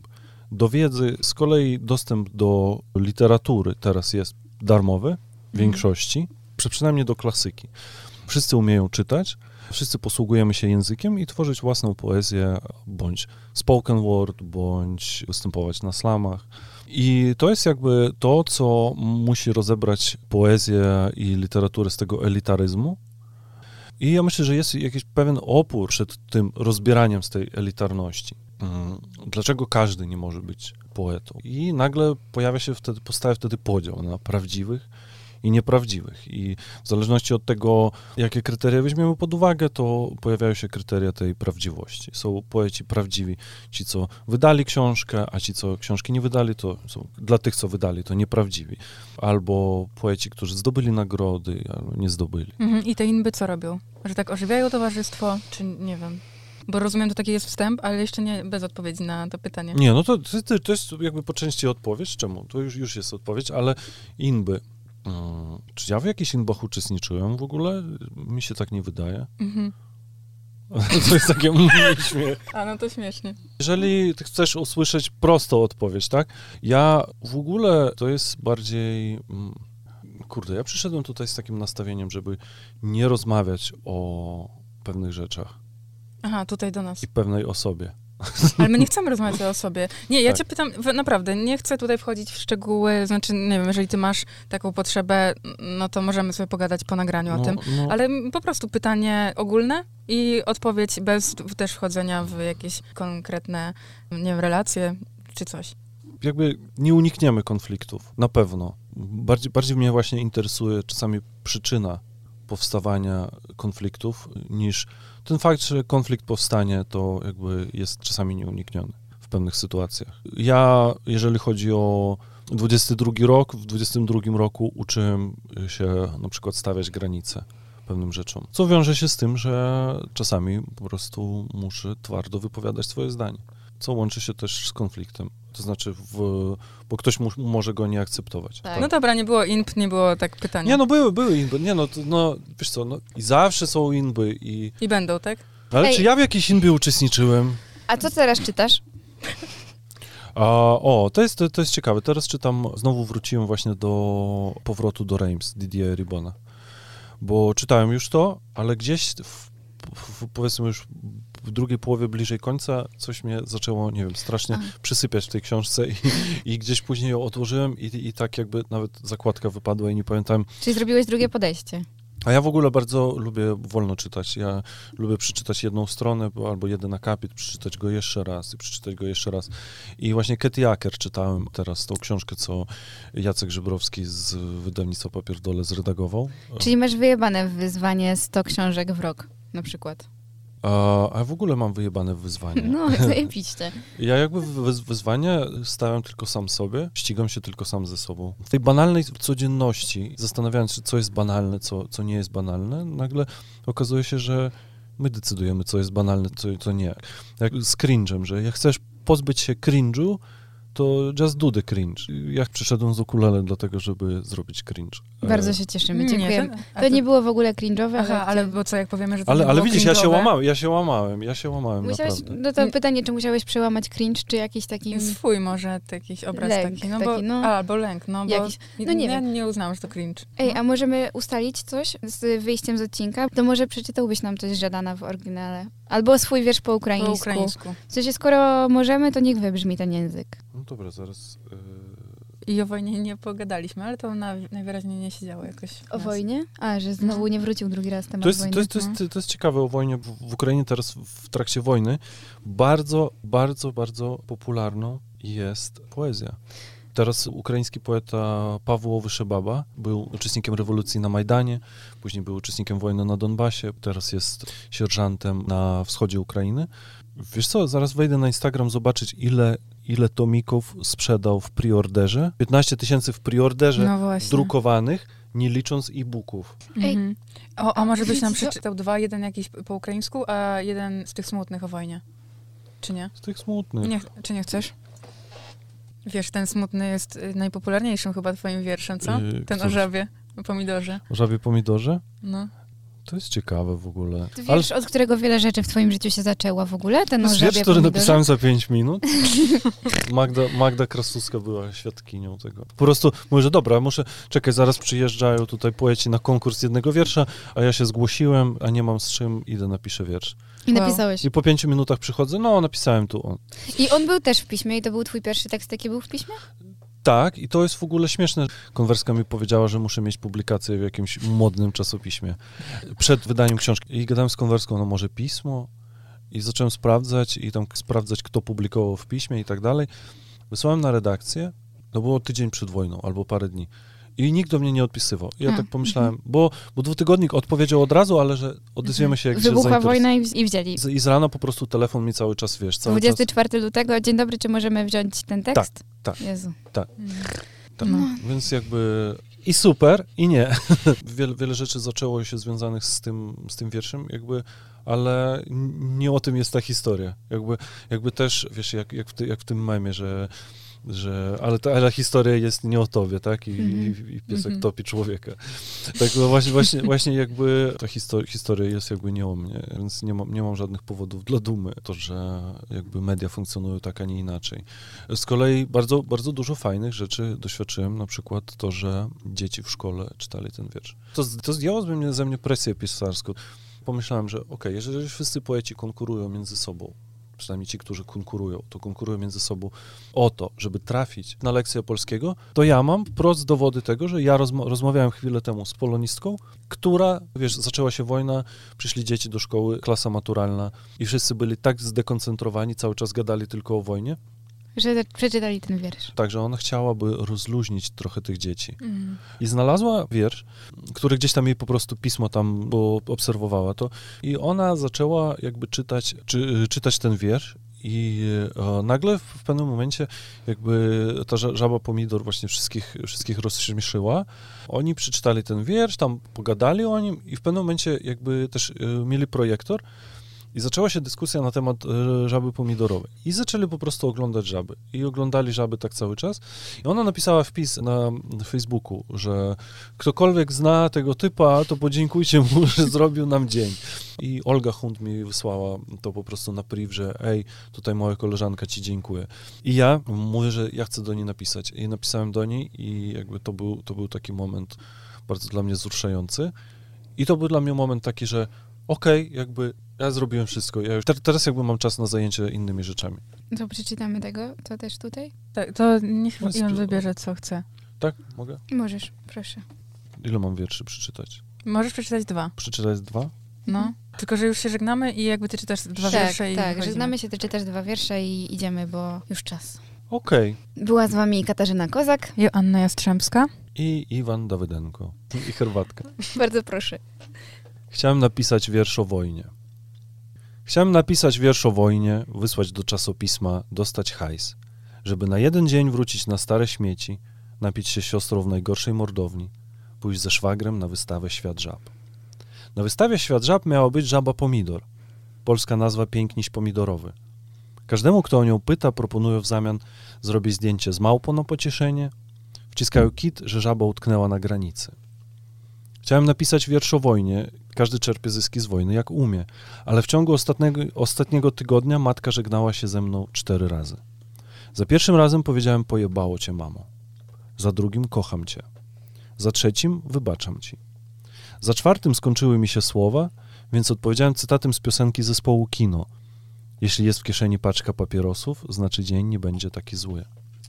Do wiedzy z kolei dostęp do literatury teraz jest darmowy w większości, przynajmniej do klasyki. Wszyscy umieją czytać, wszyscy posługujemy się językiem i tworzyć własną poezję, bądź spoken word, bądź występować na slamach. I to jest jakby to, co musi rozebrać poezję i literaturę z tego elitaryzmu. I ja myślę, że jest jakiś pewien opór przed tym rozbieraniem z tej elitarności. Dlaczego każdy nie może być poetą? I nagle powstaje wtedy podział na prawdziwych i nieprawdziwych. I w zależności od tego, jakie kryteria weźmiemy pod uwagę, to pojawiają się kryteria tej prawdziwości. Są poeci prawdziwi, ci, co wydali książkę, a ci, co książki nie wydali, to są dla tych, co wydali, to nieprawdziwi. Albo poeci, którzy zdobyli nagrody, albo nie zdobyli. I te inby co robią? Że tak ożywiają towarzystwo, czy nie wiem? Bo rozumiem, to taki jest wstęp, ale jeszcze nie bez odpowiedzi na to pytanie. Nie, no to jest jakby po części odpowiedź. Czemu? To już jest odpowiedź, ale inby. Czy ja w jakichś inbach uczestniczyłem w ogóle? Mi się tak nie wydaje. To jest takie śmiech. A no to śmiesznie. Jeżeli ty chcesz usłyszeć prostą odpowiedź, tak? Ja w ogóle to jest bardziej... ja przyszedłem tutaj z takim nastawieniem, żeby nie rozmawiać o pewnych rzeczach. Aha, tutaj do nas. I pewnej osobie. Ale my nie chcemy rozmawiać o sobie. Nie, ja tak. cię pytam, naprawdę, nie chcę tutaj wchodzić w szczegóły, znaczy, nie wiem, jeżeli ty masz taką potrzebę, no to możemy sobie pogadać po nagraniu o tym, ale po prostu pytanie ogólne i odpowiedź bez też wchodzenia w jakieś konkretne, nie wiem, relacje czy coś. Jakby nie unikniemy konfliktów, na pewno. Bardziej mnie właśnie interesuje czasami przyczyna powstawania konfliktów, niż ten fakt, że konflikt powstanie, to jakby jest czasami nieunikniony w pewnych sytuacjach. Ja, jeżeli chodzi o 22 rok, w 22 roku uczyłem się na przykład stawiać granice pewnym rzeczom, co wiąże się z tym, że czasami po prostu muszę twardo wypowiadać swoje zdanie, co łączy się też z konfliktem. To znaczy, bo ktoś może go nie akceptować. Tak. No dobra, nie było inb, nie było tak pytania. Nie, no były inby. Nie, wiesz co, i zawsze są inby i... I będą, tak? Ale czy ja w jakiejś inbie uczestniczyłem? A co teraz czytasz? To jest ciekawe. Teraz znowu wróciłem właśnie do powrotu do Reims, Didier Ribona. Bo czytałem już to, ale gdzieś powiedzmy już w drugiej połowie bliżej końca coś mnie zaczęło, nie wiem, strasznie przysypiać w tej książce i gdzieś później ją odłożyłem i tak jakby nawet zakładka wypadła i nie pamiętałem. Czyli zrobiłeś drugie podejście. A ja w ogóle bardzo lubię wolno czytać. Ja lubię przeczytać jedną stronę albo jeden akapit, przeczytać go jeszcze raz i przeczytać go jeszcze raz. I właśnie Katy Acker czytałem teraz tą książkę, co Jacek Żebrowski z wydawnictwa Papierdole zredagował. Czyli masz wyjebane wyzwanie 100 książek w rok, na przykład. A ja w ogóle mam wyjebane wyzwanie. No, zajebiście. Ja jakby wyzwanie stawiam tylko sam sobie, ścigam się tylko sam ze sobą. W tej banalnej codzienności, zastanawiając się, co jest banalne, co nie jest banalne, nagle okazuje się, że my decydujemy, co jest banalne, co nie. Jak z cringe'em, że jak chcesz pozbyć się cringe'u, to just do the cringe. Ja przyszedłem z ukulele dlatego, żeby zrobić cringe. Bardzo się cieszymy, dziękujemy. Nie, to nie było w ogóle cringe'owe. Aha, ale bo co, jak powiemy, że to ale widzisz, ja się łamałem musiałeś, naprawdę. No to pytanie, czy musiałeś przełamać cringe, czy jakiś taki... Swój może, jakiś obraz lęk, taki, albo lęk, bo jakiś, nie ja wiem. nie uznałam, że to cringe. Ej, a możemy ustalić coś z wyjściem z odcinka? To może przeczytałbyś nam coś Żadana w oryginale? Albo swój wiersz po ukraińsku. W sensie, skoro możemy, to niech wybrzmi ten język. No dobra, zaraz... I o wojnie nie pogadaliśmy, ale to najwyraźniej nie siedziało jakoś. O wojnie? A, że znowu nie wrócił drugi raz temat wojny. To jest ciekawe o wojnie w Ukrainie teraz w trakcie wojny. Bardzo, bardzo, bardzo popularną jest poezja. Teraz ukraiński poeta Pawło Wyszebaba był uczestnikiem rewolucji na Majdanie, później był uczestnikiem wojny na Donbasie, teraz jest sierżantem na wschodzie Ukrainy. Wiesz co, zaraz wejdę na Instagram zobaczyć, ile tomików sprzedał w preorderze. 15 000 w preorderze drukowanych, nie licząc e-booków. Mhm. A może byś nam przeczytał jeden jakiś po ukraińsku, a jeden z tych smutnych o wojnie? Czy nie? Z tych smutnych. Czy nie chcesz? Wiesz, ten smutny jest najpopularniejszym chyba twoim wierszem, co? Ten o żabie, o pomidorze. O żabie pomidorze? No. To jest ciekawe w ogóle. Ty wiesz, od którego wiele rzeczy w twoim życiu się zaczęło w ogóle? Ten wiersz, który napisałem za 5 minut. Magda Krasuska była świadkinią tego. Po prostu mówię, że dobra, czekaj, zaraz przyjeżdżają tutaj poeci na konkurs jednego wiersza, a ja się zgłosiłem, a nie mam z czym, idę napiszę wiersz. I napisałeś. I po 5 minutach przychodzę, napisałem tu. I on był też w piśmie i to był twój pierwszy tekst, jaki był w piśmie? Tak, i to jest w ogóle śmieszne. Konwerska mi powiedziała, że muszę mieć publikację w jakimś modnym czasopiśmie. Przed wydaniem książki. I gadałem z Konwerską, może pismo? I zacząłem sprawdzać, kto publikował w piśmie i tak dalej. Wysłałem na redakcję, to było tydzień przed wojną, albo parę dni. I nikt do mnie nie odpisywał. I ja tak pomyślałem, bo dwutygodnik odpowiedział od razu, ale że odezwiemy się, jak się wybuchła wojna i wzięli. I z rana po prostu telefon mi cały czas, wiesz, 24 lutego, dzień dobry, czy możemy wziąć ten tekst? Tak. Jezu. Tak. Więc jakby i super, i nie. Wiele rzeczy zaczęło się związanych z tym wierszem, jakby, ale nie o tym jest ta historia. Jakby też, wiesz, jak w tym memie, że ale historia jest nie o tobie, tak? I piesek topi człowieka. Tak, właśnie jakby ta historia jest jakby nie o mnie, więc nie mam żadnych powodów dla dumy. To, że jakby media funkcjonują tak, a nie inaczej. Z kolei bardzo, bardzo dużo fajnych rzeczy doświadczyłem, na przykład to, że dzieci w szkole czytali ten wiersz. To zdjęło ze mnie presję pisarską. Pomyślałem, że okej, jeżeli wszyscy poeci konkurują między sobą, przynajmniej ci, którzy konkurują między sobą o to, żeby trafić na lekcję polskiego, to ja mam wprost dowody tego, że ja rozmawiałem chwilę temu z polonistką, która, wiesz, zaczęła się wojna, przyszli dzieci do szkoły, klasa maturalna i wszyscy byli tak zdekoncentrowani, cały czas gadali tylko o wojnie. Że przeczytali ten wiersz. Także ona chciałaby rozluźnić trochę tych dzieci. I znalazła wiersz, który gdzieś tam jej po prostu pismo tam, bo obserwowała to. I ona zaczęła jakby czytać ten wiersz i nagle w pewnym momencie jakby ta żaba pomidor właśnie wszystkich rozśmieszyła. Oni przeczytali ten wiersz, tam pogadali o nim i w pewnym momencie jakby też mieli projektor. I zaczęła się dyskusja na temat żaby pomidorowej. I zaczęli po prostu oglądać żaby. I oglądali żaby tak cały czas. I ona napisała wpis na Facebooku, że ktokolwiek zna tego typa, to podziękujcie mu, że zrobił nam dzień. I Olga Hund mi wysłała to po prostu na priv, że tutaj moja koleżanka ci dziękuję. I ja mówię, że ja chcę do niej napisać. I napisałem do niej i jakby to był taki moment bardzo dla mnie wzruszający. I to był dla mnie moment taki, że jakby ja zrobiłem wszystko. Ja już teraz jakby mam czas na zajęcie innymi rzeczami. To przeczytamy tego, co też tutaj? Tak, to niech on wybierze, co chce. Tak? Mogę? Możesz, proszę. Ile mam wierszy przeczytać? Możesz przeczytać 2. Przeczytać 2? No. Tylko, że już się żegnamy i jakby ty czytasz 2 wiersze i Tak, żegnamy się, ty czytasz 2 wiersze i idziemy, bo już czas. Okej. Była z wami Katarzyna Kozak. Joanna Jastrzębska. I Iwan Dawydenko. I herbatka. Bardzo proszę. Chciałem napisać wiersz o wojnie. Chciałem napisać wiersz o wojnie, wysłać do czasopisma, dostać hajs, żeby na jeden dzień wrócić na stare śmieci, napić się siostrą w najgorszej mordowni, pójść ze szwagrem na wystawę Świat Żab. Na wystawie Świat Żab miała być żaba pomidor. Polska nazwa Piękniś pomidorowy. Każdemu, kto o nią pyta, proponują w zamian zrobić zdjęcie z małpą na pocieszenie, wciskają kit, że żaba utknęła na granicy. Chciałem napisać wiersz o wojnie, każdy czerpie zyski z wojny jak umie, ale w ciągu ostatniego tygodnia matka żegnała się ze mną 4 razy. Za pierwszym razem powiedziałem: pojebało cię, mamo. Za drugim: kocham cię. Za trzecim: wybaczam ci. Za czwartym skończyły mi się słowa, więc odpowiedziałem cytatem z piosenki zespołu Kino. Jeśli jest w kieszeni paczka papierosów, znaczy dzień nie będzie taki zły.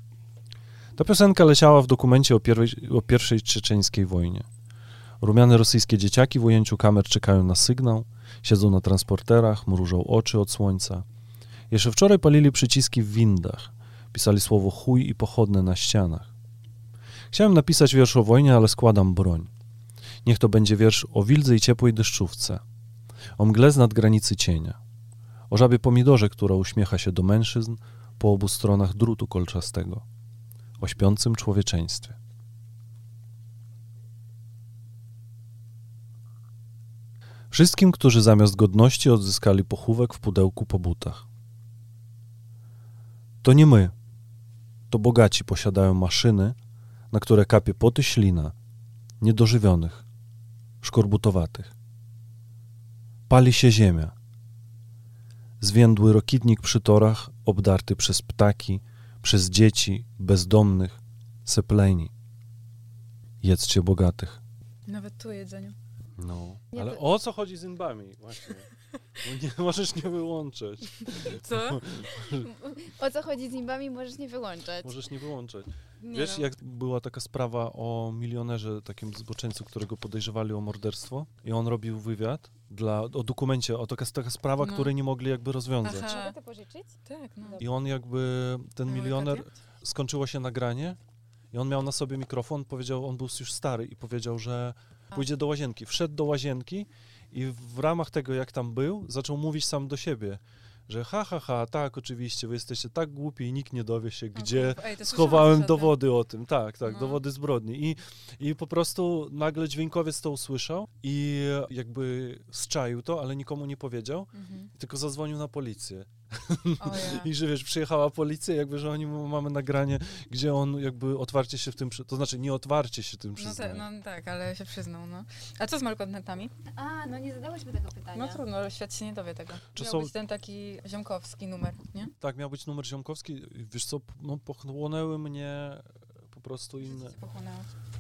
Ta piosenka leciała w dokumencie o pierwszej czeczeńskiej wojnie. Rumiane rosyjskie dzieciaki w ujęciu kamer czekają na sygnał, siedzą na transporterach, mrużą oczy od słońca. Jeszcze wczoraj palili przyciski w windach, pisali słowo chuj i pochodne na ścianach. Chciałem napisać wiersz o wojnie, ale składam broń. Niech to będzie wiersz o wildze i ciepłej deszczówce, o mgle z nadgranicy cienia, o żabie pomidorze, która uśmiecha się do mężczyzn po obu stronach drutu kolczastego, o śpiącym człowieczeństwie. Wszystkim, którzy zamiast godności odzyskali pochówek w pudełku po butach. To nie my, to bogaci posiadają maszyny, na które kapie poty ślina, niedożywionych, szkorbutowatych. Pali się ziemia. Zwiędły rokitnik przy torach, obdarty przez ptaki, przez dzieci, bezdomnych, sepleni. Jedzcie bogatych. Nawet tu o jedzeniu. No, Nie, ale to- o co chodzi z zębami? Właśnie. No nie, możesz nie wyłączać. Co? O co chodzi z zębami, możesz nie wyłączać. Możesz nie wyłączać. Nie Wiesz, no. jak była taka sprawa o milionerze, takim zboczeńcu, którego podejrzewali o morderstwo i on robił wywiad o dokumencie, o taka sprawa, No. której nie mogli jakby rozwiązać. Aha. Mogę to pożyczyć? Tak, no. I on jakby, ten Mały milioner, kopiec? skończyło się nagranie i on miał na sobie mikrofon, powiedział, on był już stary i powiedział, że pójdzie do łazienki. Wszedł do łazienki i w ramach tego, jak tam był, zaczął mówić sam do siebie, że tak, oczywiście, wy jesteście tak głupi i nikt nie dowie się, gdzie Ej, to schowałem słyszałam coś o tym. dowody o tym. Tak, No. dowody zbrodni. I po prostu nagle dźwiękowiec to usłyszał i jakby zczaił to, ale nikomu nie powiedział, Mhm. tylko zadzwonił na policję. O ja. I że wiesz, przyjechała policja, jakby, że mamy nagranie, gdzie on jakby otwarcie się w tym, to znaczy nie otwarcie się tym No, przyznaje. no tak, ale się przyznał, no. A co z malkontentami? A, no nie zadałyśmy tego pytania. No trudno, ale świat się nie dowie tego. Czy Miał są- być ten taki ziomkowski numer, nie? Tak, miał być numer ziomkowski. Wiesz co, no, pochłonęły mnie po prostu inne... Życie cię pochłonęło.